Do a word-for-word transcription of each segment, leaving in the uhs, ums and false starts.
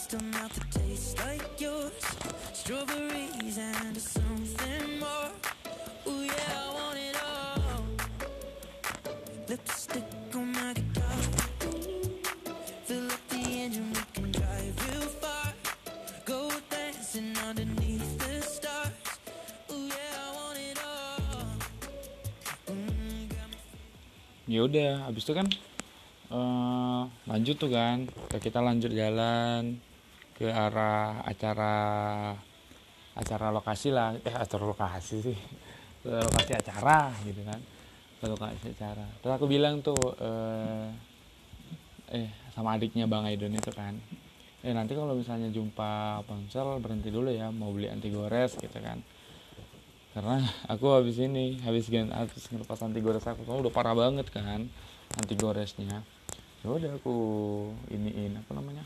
a mouth that tastes like yours, strawberries and something more. Ooh yeah, I want it all. Lipstick on my guitar, fill up the engine, we can drive real far. Go dancing underneath the stars. Ooh yeah, I want it all. Mm, got me. Ya udah, habis itu kan uh, lanjut tuh kan, kita lanjut jalan ke arah acara acara lokasi lah, eh acara lokasi sih, ke lokasi acara gitu kan, ke lokasi acara. Terus aku bilang tuh eh, eh sama adiknya Bang Aidon itu kan, eh nanti kalau misalnya jumpa ponsel berhenti dulu ya, mau beli anti gores gitu kan, karena aku habis ini habis gan habis ngelepas anti gores aku, kalau udah parah banget kan anti goresnya. Ya udah aku iniin apa namanya,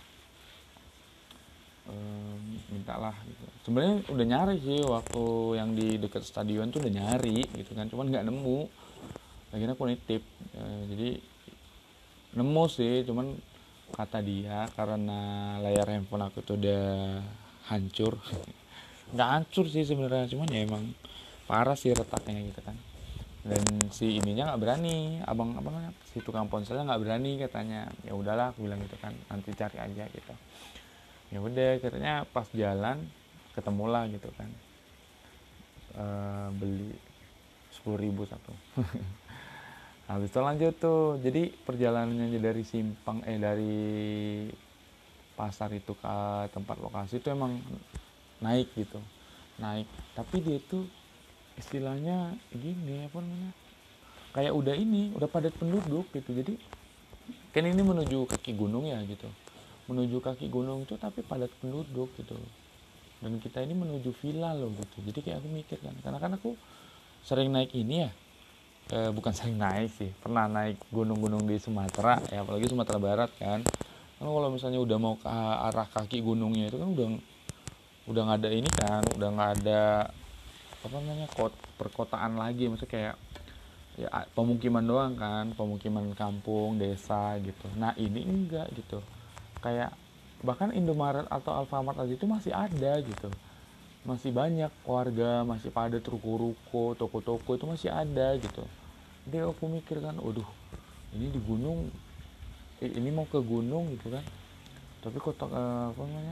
ehm, minta lah gitu. Sebenarnya udah nyari sih waktu yang di dekat stadion tuh udah nyari gitu kan, cuman nggak nemu. Akhirnya aku nitip, e, jadi nemu sih, cuman kata dia karena layar handphone aku tuh udah hancur. Nggak hancur sih sebenarnya, cuman ya emang parah sih retaknya gitu kan. Dan si ininya nggak berani, abang apa namanya, si tukang ponselnya nggak berani katanya. Ya udahlah aku bilang gitu kan, nanti cari aja gitu. Ya udah, katanya pas jalan ketemulah gitu kan, e, beli sepuluh ribu satu. Habis itu lanjut tuh, jadi perjalanannya dari Simpang eh dari pasar itu ke tempat lokasi itu emang naik gitu, naik. Tapi dia tuh istilahnya gini apa namanya, kayak udah ini udah padat penduduk gitu. Jadi kan ini menuju kaki gunung ya gitu, menuju kaki gunung tuh tapi padat penduduk gitu. Dan kita ini menuju villa loh gitu. Jadi kayak aku mikir kan, karena kan aku sering naik ini ya, eh, bukan sering naik sih, pernah naik gunung-gunung di Sumatera ya, apalagi Sumatera Barat kan. Karena kalau misalnya udah mau ke arah kaki gunungnya itu kan udah udah nggak ada ini kan, udah nggak ada apa namanya kot perkotaan lagi, maksudnya kayak ya pemukiman doang kan, pemukiman kampung desa gitu. Nah ini enggak gitu, kayak bahkan Indomaret atau Alfamart aja itu masih ada gitu, masih banyak warga, masih padat ruko-ruko, toko-toko itu masih ada gitu. Jadi aku mikir kan, waduh ini di gunung, eh, ini mau ke gunung gitu kan, tapi kota eh, apa namanya,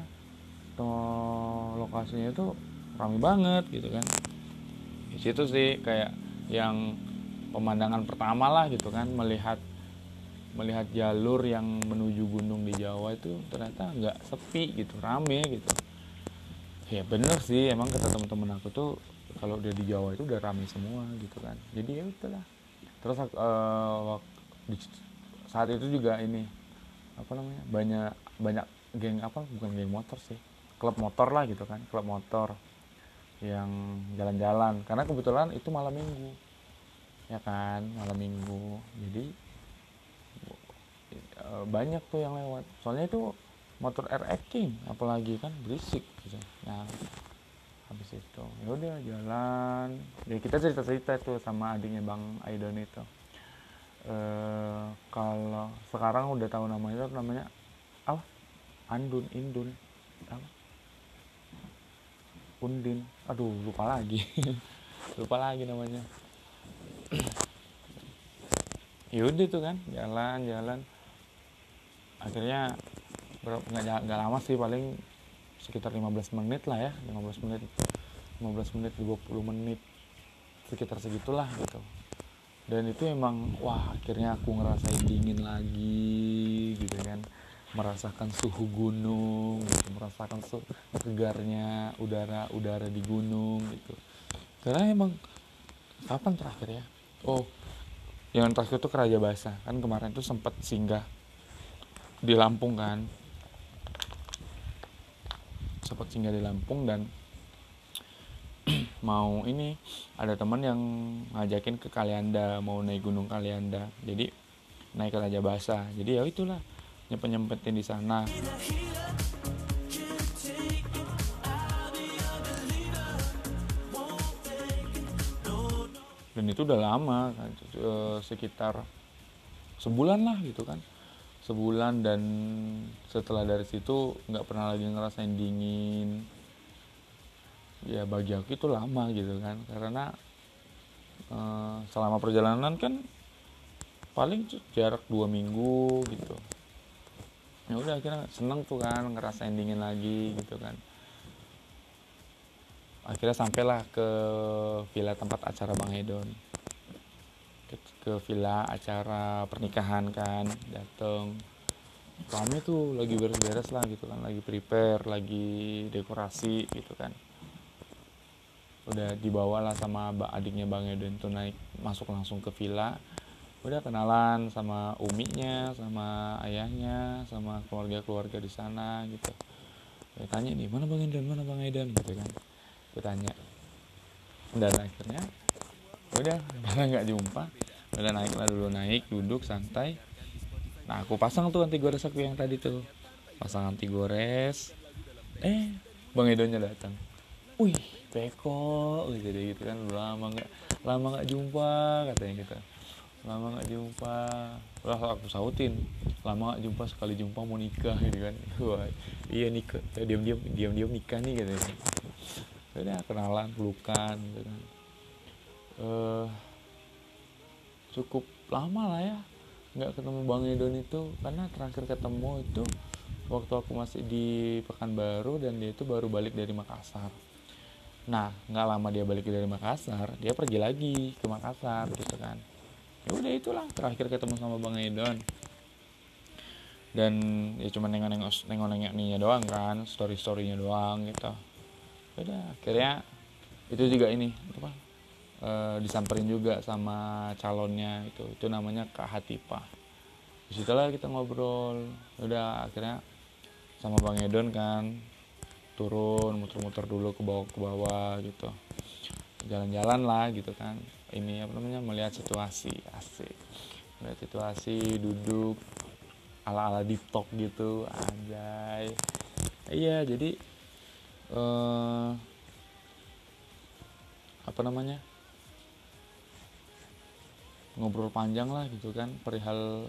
to- lokasinya itu ramai banget gitu kan. Di situ sih kayak yang pemandangan pertama lah gitu kan, melihat melihat jalur yang menuju gunung di Jawa itu ternyata nggak sepi gitu, rame gitu. Ya bener sih, emang kata teman-teman aku tuh kalau udah di Jawa itu udah rame semua gitu kan. Jadi ya udahlah. Terus uh, di saat itu juga ini apa namanya, banyak banyak geng apa, bukan geng motor sih, klub motor lah gitu kan, klub motor yang jalan-jalan, karena kebetulan itu malam minggu ya kan, malam minggu. Jadi uh, banyak tuh yang lewat, soalnya itu motor R X King apalagi kan berisik gitu. Nah habis itu ya udah jalan, ya kita cerita-cerita tuh sama adiknya Bang Aidon itu. Eh, kalau sekarang udah tahu namanya, namanya apa? Andun, Indun, apa? Undin. Aduh, lupa lagi. lupa lagi namanya. Ya udah tuh kan, jalan-jalan. Akhirnya nggak nggak lama sih, paling sekitar lima belas menit lah ya, lima belas menit, lima belas menit, dua puluh menit, sekitar segitulah gitu. Dan itu emang wah, akhirnya aku ngerasain dingin lagi gitu kan, merasakan suhu gunung gitu, merasakan suhu segarnya udara udara di gunung gitu. Karena emang kapan terakhir ya, oh yang terakhir itu ke Raja Basa kan, kemarin tuh sempat singgah di Lampung kan, sempat singgah di Lampung dan mau ini ada teman yang ngajakin ke Kalianda, mau naik gunung Kalianda, jadi naik ke Raja Basa. Jadi ya itulah, nyempet-nyempetin di sana. Dan itu udah lama kan, sekitar sebulan lah gitu kan, sebulan, dan setelah dari situ nggak pernah lagi ngerasain dingin. Ya bagi aku itu lama gitu kan, karena eh, selama perjalanan kan paling jarak dua minggu gitu. Ya udah akhirnya seneng tuh kan ngerasain dingin lagi gitu kan. Akhirnya sampailah ke villa tempat acara Bang Edon, ke, ke villa acara pernikahan kan. Dateng kami tuh lagi beres-beres lah gitu kan, lagi prepare, lagi dekorasi gitu kan. Udah dibawa lah sama adiknya Bang Edon tuh, naik masuk langsung ke villa. Udah kenalan sama uminya, sama ayahnya, sama keluarga-keluarga di sana gitu. Saya tanya nih, mana Bang Edon, mana Bang Edon gitu kan. Gue tanya. Dan akhirnya udah karena nggak jumpa, udah naik lah dulu, naik duduk santai. Nah aku pasang tuh anti gores aku yang tadi tuh, pasang anti gores. Eh Bang Edonnya datang. Wih Peko gitu gitu kan, lama nggak lama nggak jumpa katanya gitu, lama nggak jumpa. Lah aku sautin, lama nggak jumpa, sekali jumpa mau nikah gitu kan. Wah iya nikah, diam diam diam diam nikah nih katanya. Udah kenalan, pelukan gitu kan. Uh, cukup lama lah ya nggak ketemu Bang Edon itu, karena terakhir ketemu itu waktu aku masih di Pekanbaru dan dia itu baru balik dari Makassar. Nah nggak lama dia balik dari Makassar, dia pergi lagi ke Makassar gitu kan. Ya udah itulah terakhir ketemu sama Bang Edon. Dan ya cuma nengok-nengok nengok-nengok ninya doang kan, story-storynya doang gitu. Udah akhirnya itu juga ini apa e, disamperin juga sama calonnya itu itu namanya Kak Hatipa. Disitulah kita ngobrol. Udah akhirnya sama Bang Edon kan turun muter-muter dulu ke bawah ke bawah gitu, jalan-jalan lah gitu kan, ini apa namanya melihat situasi, asik melihat situasi, duduk ala-ala deep talk gitu, anjay. Iya jadi eh, apa namanya ngobrol panjang lah gitu kan, perihal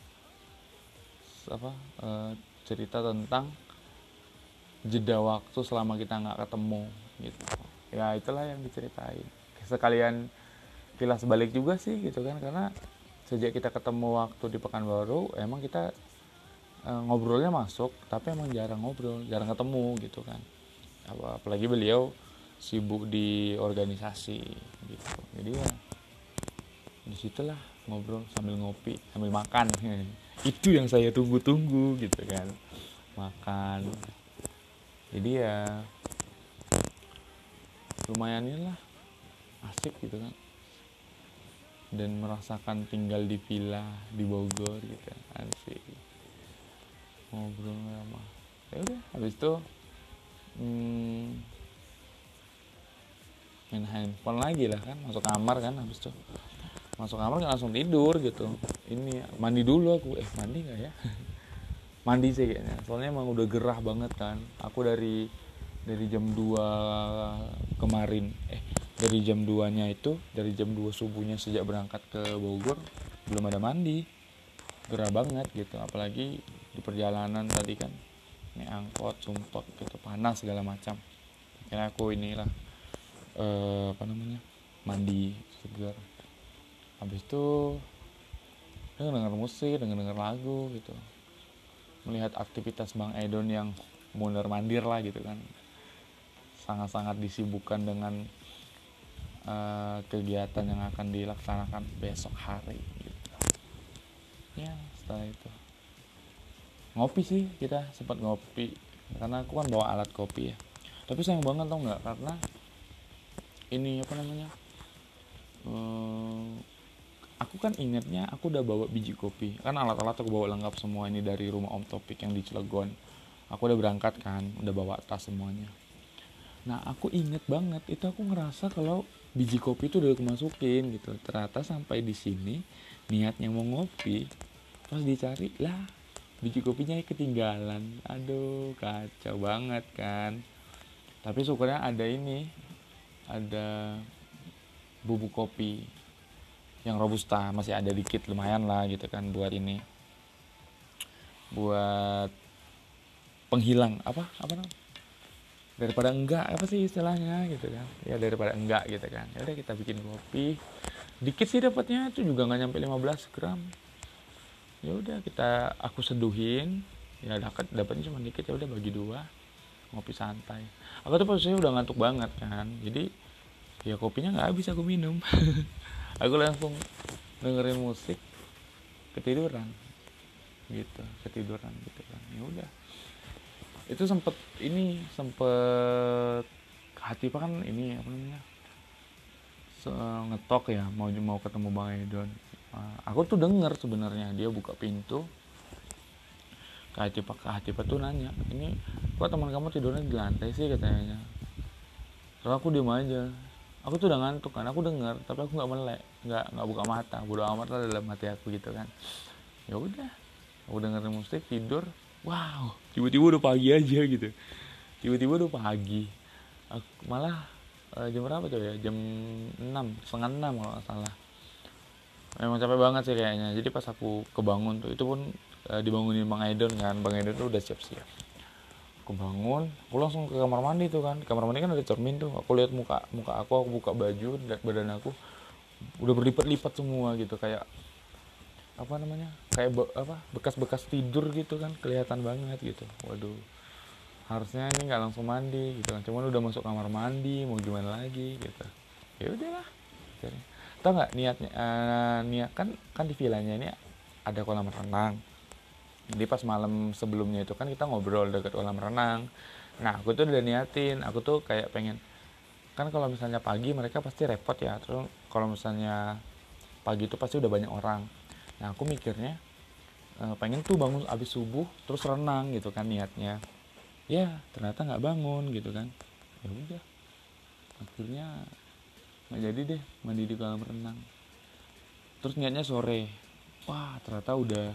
apa eh, cerita tentang jeda waktu selama kita nggak ketemu gitu. Ya itulah yang diceritain, sekalian kilas balik juga sih gitu kan, karena sejak kita ketemu waktu di Pekanbaru emang kita e, ngobrolnya masuk, tapi emang jarang ngobrol, jarang ketemu gitu kan. Apalagi beliau sibuk di organisasi gitu, jadi ya disitulah ngobrol sambil ngopi sambil makan. Itu yang saya tunggu-tunggu gitu kan, makan. Jadi ya lumayan lah asik gitu kan, dan merasakan tinggal di villa di Bogor gitu, asik ngobrol sama. Ya udah habis itu hmm, main handphone lagi lah kan, masuk kamar kan, habis itu masuk kamar kan langsung tidur gitu. Ini mandi dulu aku, eh mandi nggak ya? Mandi sih kayaknya, soalnya emang udah gerah banget kan. Aku dari dari jam dua kemarin, eh dari jam dua nya itu, dari jam dua subuhnya sejak berangkat ke Bogor belum ada mandi, gerah banget gitu. Apalagi di perjalanan tadi kan, ini angkot sumpek gitu, panas segala macam. Akhirnya aku inilah eh, apa namanya mandi segar. Habis itu denger musik, denger-denger lagu gitu, melihat aktivitas Bang Edon yang mondar mandir lah gitu kan, sangat-sangat disibukkan dengan uh, kegiatan yang akan dilaksanakan besok hari gitu. Ya setelah itu ngopi sih, kita sempat ngopi karena aku kan bawa alat kopi ya. Tapi sayang banget tau nggak, karena ini apa namanya uh, aku kan ingetnya aku udah bawa biji kopi, kan alat-alat aku bawa lengkap semua ini dari rumah Om Topik yang di Cilegon. Aku udah berangkat kan, udah bawa tas semuanya. Nah aku inget banget itu, aku ngerasa kalau biji kopi itu udah aku masukin gitu. Ternyata sampai di sini niatnya mau ngopi, pas dicari lah biji kopinya ketinggalan. Aduh kacau banget kan. Tapi syukurnya ada ini, ada bubuk kopi yang robusta, masih ada dikit, lumayan lah gitu kan buat ini, buat penghilang apa apa namanya, daripada enggak apa sih istilahnya gitu kan ya, daripada enggak gitu kan, ya udah kita bikin kopi dikit sih dapatnya, itu juga nggak nyampe lima belas gram. Ya udah kita aku seduhin, ya dapat dapatnya cuma dikit, ya udah bagi dua, ngopi santai. Aku tuh posisinya udah ngantuk banget kan, jadi ya kopinya nggak habis aku minum. Aku langsung dengerin musik, ketiduran gitu, ketiduran gitu kan. Ya udah, itu sempet ini sempet hati apa kan ini apa namanya, ngetok ya, mau mau ketemu Bang Edon. Uh, aku tuh denger sebenarnya dia buka pintu, Kak Hatipa Kak Hatipa tuh nanya, ini kok teman kamu tidurnya di lantai sih katanya. Terus aku diem aja, aku tuh udah ngantuk kan, aku denger tapi aku nggak melek, nggak nggak buka mata, bodo amat lah dalam hati aku gitu kan. Ya udah, aku dengerin musik tidur. Wow, tiba-tiba udah pagi aja gitu, tiba-tiba udah pagi. Aku, malah uh, jam berapa tuh ya, jam enam, setengah enam kalau nggak salah. Memang capek banget sih kayaknya. Jadi pas aku kebangun tuh, itu pun uh, dibangunin Bang Aidon kan, Bang Aidon tuh udah siap-siap. Aku bangun, aku langsung ke kamar mandi tuh kan. Di kamar mandi kan ada cermin tuh, aku lihat muka muka aku, aku buka baju, lihat badan aku udah berlipat-lipat semua gitu, kayak apa namanya, kayak be, apa bekas-bekas tidur gitu kan, kelihatan banget gitu. Waduh, harusnya ini nggak langsung mandi gitu kan, cuman udah masuk kamar mandi, mau gimana lagi gitu. Ya udahlah, tau nggak niatnya, uh, niat kan kan di villanya ini ada kolam renang. Jadi pas malam sebelumnya itu kan kita ngobrol dekat kolam renang. Nah aku tuh udah niatin, aku tuh kayak pengen, kan kalau misalnya pagi mereka pasti repot ya, terus kalau misalnya pagi itu pasti udah banyak orang. Nah aku mikirnya uh, pengen tuh bangun abis subuh terus renang gitu kan niatnya. Ya ternyata nggak bangun gitu kan. Ya udah, akhirnya nggak jadi deh mandi di kolam renang. Terus niatnya sore, wah ternyata udah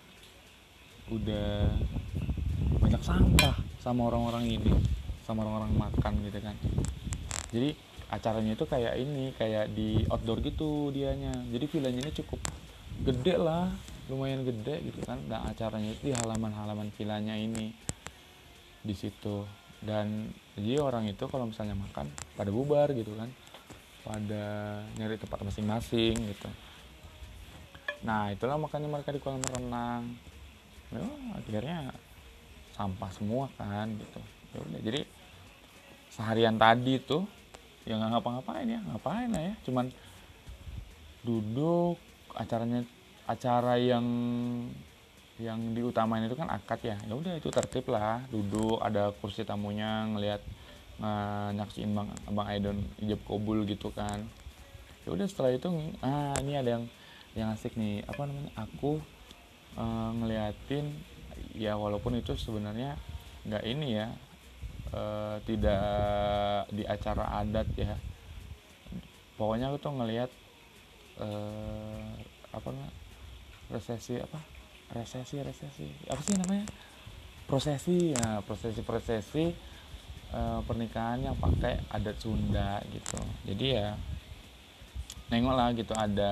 udah banyak sampah sama orang-orang ini, sama orang-orang makan gitu kan. Jadi acaranya itu kayak ini, kayak di outdoor gitu dianya. Jadi villanya ini cukup gede lah, lumayan gede gitu kan. Dan acaranya itu di halaman-halaman villanya ini, di situ. Dan jadi orang itu kalau misalnya makan pada bubar gitu kan, pada nyari tempat masing-masing gitu. Nah itulah makanya mereka di kolam renang. Ya, akhirnya sampah semua kan gitu. Ya udah, jadi seharian tadi tuh ya nggak ngapa-ngapain ya, ngapain lah ya, cuman duduk. Acaranya acara yang yang diutamain itu kan akad ya, ya udah itu tertib lah, duduk ada kursi tamunya, ngelihat uh, nyaksiin bang bang Aidon ijab kabul gitu kan. Ya udah setelah itu ah ini ada yang yang asik nih, apa namanya, aku uh, ngeliatin ya, walaupun itu sebenarnya nggak ini ya, uh, tidak di acara adat ya, pokoknya aku tuh ngelihat uh, apa namanya, resesi apa resesi resesi apa sih namanya, prosesi ya, prosesi prosesi uh, pernikahan yang pakai adat Sunda gitu. Jadi ya nengok lah gitu, ada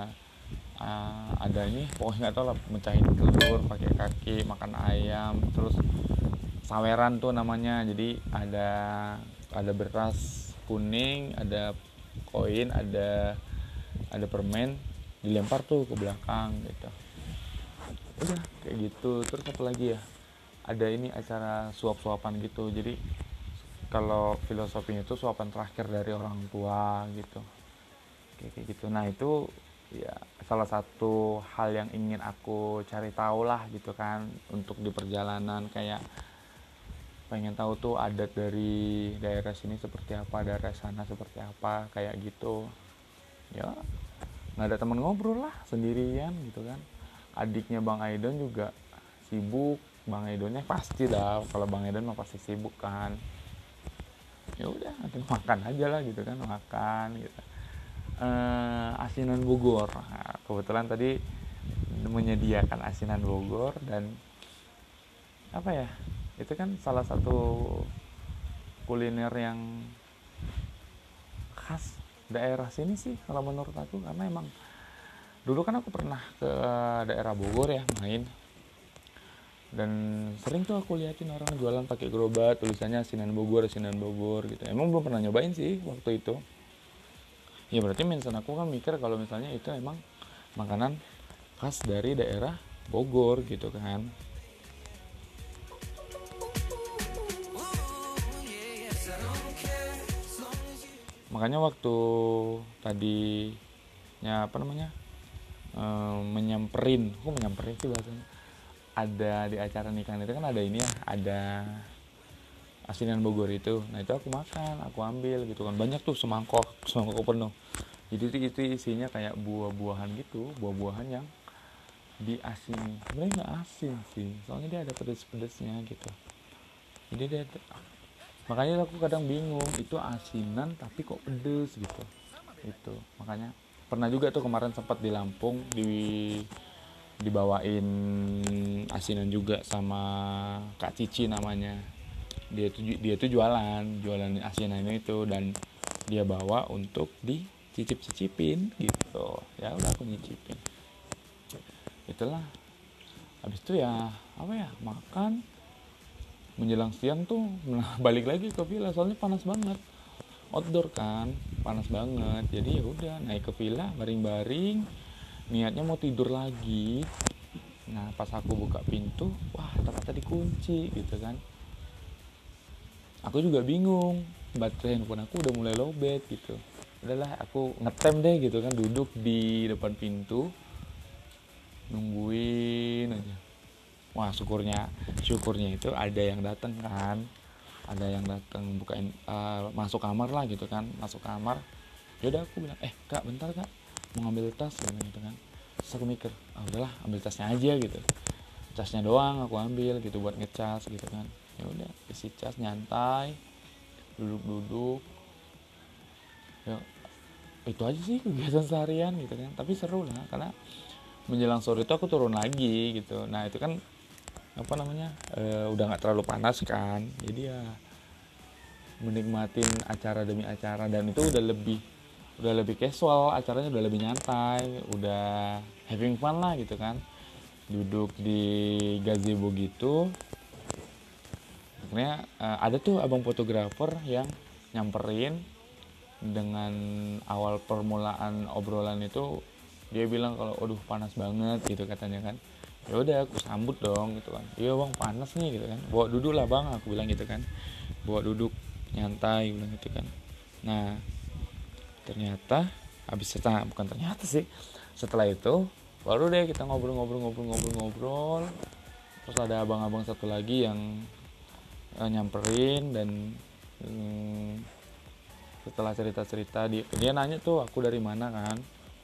uh, ada ini pokoknya nggak tahu lah, mecahin telur pakai kaki, makan ayam, terus saweran tuh namanya. Jadi ada ada beras kuning, ada koin, ada ada permen, dilempar tuh ke belakang gitu. Udah kayak gitu. Terus apa lagi ya, ada ini acara suap-suapan gitu. Jadi kalau filosofinya itu suapan terakhir dari orang tua gitu, kayak gitu. Nah itu ya salah satu hal yang ingin aku cari tahu lah gitu kan, untuk di perjalanan, kayak pengen tahu tuh adat dari daerah sini seperti apa, daerah sana seperti apa, kayak gitu. Ya nggak ada teman ngobrol lah, sendirian gitu kan. Adiknya Bang Aidon juga sibuk, Bang Aidonnya pasti lah, kalau Bang Aidon mah pasti sibuk kan. Ya udah nanti makan aja lah gitu kan, makan gitu. Uh, asinan Bogor, nah, kebetulan tadi menyediakan asinan Bogor, dan apa ya, itu kan salah satu kuliner yang khas daerah sini sih kalau menurut aku, karena emang dulu kan aku pernah ke daerah Bogor ya main. Dan sering tuh aku liatin orang jualan pakai gerobak, tulisannya asinan Bogor, asinan Bogor gitu. Emang belum pernah nyobain sih waktu itu. Ya berarti mindset aku kan mikir kalau misalnya itu emang makanan khas dari daerah Bogor gitu kan. Makanya waktu tadinya apa namanya ehm, menyamperin, aku menyamperin sih bahasanya, ada di acara nikahan itu kan ada ini ya, ada asinan Bogor itu. Nah itu aku makan, aku ambil gitu kan, banyak tuh semangkok, semangkok penuh. Jadi itu, itu isinya kayak buah-buahan gitu, buah-buahan yang diasin. Sebenarnya nggak asin sih, soalnya dia ada pedes-pedesnya gitu. Jadi dia makanya aku kadang bingung, itu asinan tapi kok pedes gitu. Itu makanya pernah juga tuh kemarin sempat di Lampung di dibawain asinan juga sama Kak Cici namanya. Dia tuh dia tuh jualan jualan asinan itu, dan dia bawa untuk dicicip-cicipin gitu. Ya udah aku nyicipin. Itulah. Habis itu ya apa ya, makan menjelang siang tuh balik lagi ke villa soalnya panas banget, outdoor kan, panas banget. Jadi ya udah naik ke villa, baring-baring, niatnya mau tidur lagi. Nah pas aku buka pintu, wah ternyata dikunci gitu kan. Aku juga bingung, baterai handphone aku udah mulai lowbat gitu. Udahlah aku ngetem deh gitu kan, duduk di depan pintu nungguin aja. Wah syukurnya syukurnya itu ada yang datang kan, ada yang datang bukain, uh, masuk kamar lah gitu kan, masuk kamar. Ya udah aku bilang, eh kak bentar kak, mau ngambil tas gitu kan. Terus aku mikir, ah udahlah ambil tasnya aja gitu, casnya doang aku ambil gitu buat ngecas gitu kan. Ya udah isi cas, nyantai, duduk-duduk. Ya itu aja sih kegiatan seharian gitu kan, tapi seru lah karena menjelang sore itu aku turun lagi gitu. Nah itu kan apa namanya e, udah nggak terlalu panas kan, jadi ya menikmatin acara demi acara, dan itu udah lebih udah lebih casual, acaranya udah lebih nyantai, udah having fun lah gitu kan, duduk di gazebo gitu. Akhirnya e, ada tuh abang fotografer yang nyamperin. Dengan awal permulaan obrolan itu dia bilang kalau aduh panas banget gitu katanya kan. Ya udah aku sambut dong gitu kan, iya bang panas nih gitu kan, bawa duduk lah bang aku bilang gitu kan, bawa duduk nyantai bilang gitu kan. Nah ternyata habis setelah bukan ternyata sih setelah itu baru deh kita ngobrol-ngobrol-ngobrol-ngobrol-ngobrol. Terus ada abang-abang satu lagi yang eh, nyamperin, dan hmm, setelah cerita-cerita dia, dia nanya tuh aku dari mana kan.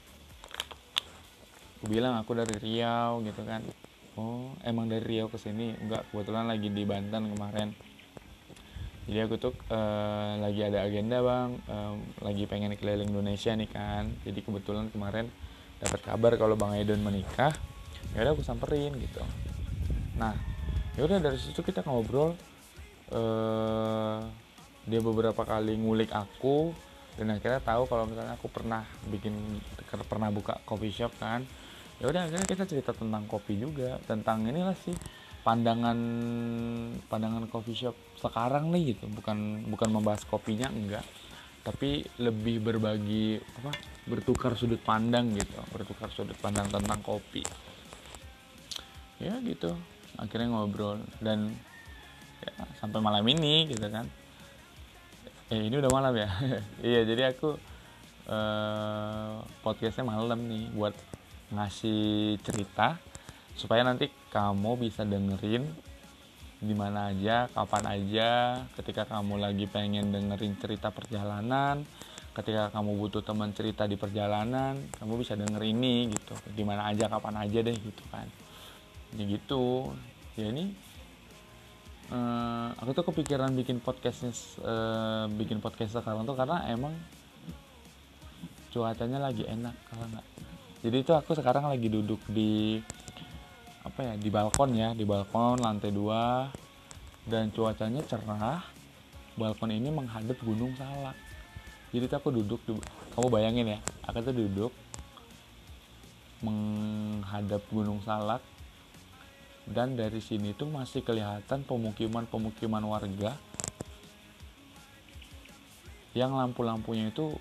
Aku bilang aku dari Riau gitu kan. Oh emang dari Riau ke sini? Enggak, kebetulan lagi di Banten kemarin. Jadi aku tuh eh, lagi ada agenda bang, eh, lagi pengen keliling Indonesia nih kan. Jadi kebetulan kemarin dapat kabar kalau bang Aidon menikah. Ya udah aku samperin gitu. Nah ya udah dari situ kita ngobrol. Eh, dia beberapa kali ngulik aku, dan akhirnya tahu kalau misalnya aku pernah bikin pernah buka coffee shop kan. Ya udah akhirnya kita cerita tentang kopi juga, tentang inilah sih pandangan pandangan coffee shop sekarang nih gitu, bukan bukan membahas kopinya enggak, tapi lebih berbagi apa bertukar sudut pandang gitu, bertukar sudut pandang tentang kopi ya gitu. Akhirnya ngobrol dan ya, sampai malam ini gitu kan. Eh ini udah malam ya. Iya jadi aku eh, podcastnya malam nih buat ngasih cerita supaya nanti kamu bisa dengerin di mana aja, kapan aja, ketika kamu lagi pengen dengerin cerita perjalanan, ketika kamu butuh teman cerita di perjalanan, kamu bisa denger ini gitu, di mana aja, kapan aja deh gitu kan. Jadi gitu. Ya ini eh, aku tuh kepikiran bikin podcastnya, eh, bikin podcast sekarang tuh karena emang cuacanya lagi enak kalau nggak. Jadi itu aku sekarang lagi duduk di apa ya, di balkon ya, di balkon lantai dua, dan cuacanya cerah. Balkon ini menghadap Gunung Salak. Jadi tuh aku duduk di, kamu bayangin ya, aku tuh duduk menghadap Gunung Salak Dan dari sini tuh masih kelihatan pemukiman-pemukiman warga yang lampu-lampunya itu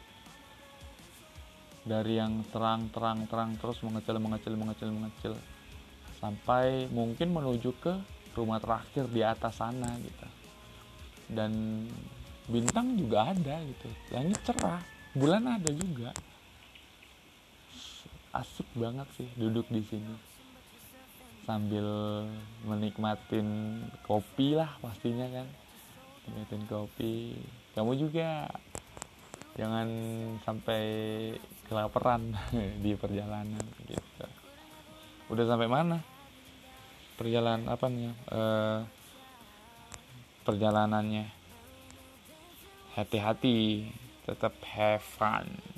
dari yang terang-terang-terang terus mengecil mengecil mengecil mengecil sampai mungkin menuju ke rumah terakhir di atas sana gitu. Dan bintang juga ada gitu, langit cerah, bulan ada juga. Asik banget sih duduk di sini sambil menikmatin kopi lah pastinya kan, nikmatin kopi. Kamu juga jangan sampai kelaparan di perjalanan gitu. Udah sampai mana perjalanan apa nih eh, perjalanannya? Hati-hati, tetap have fun.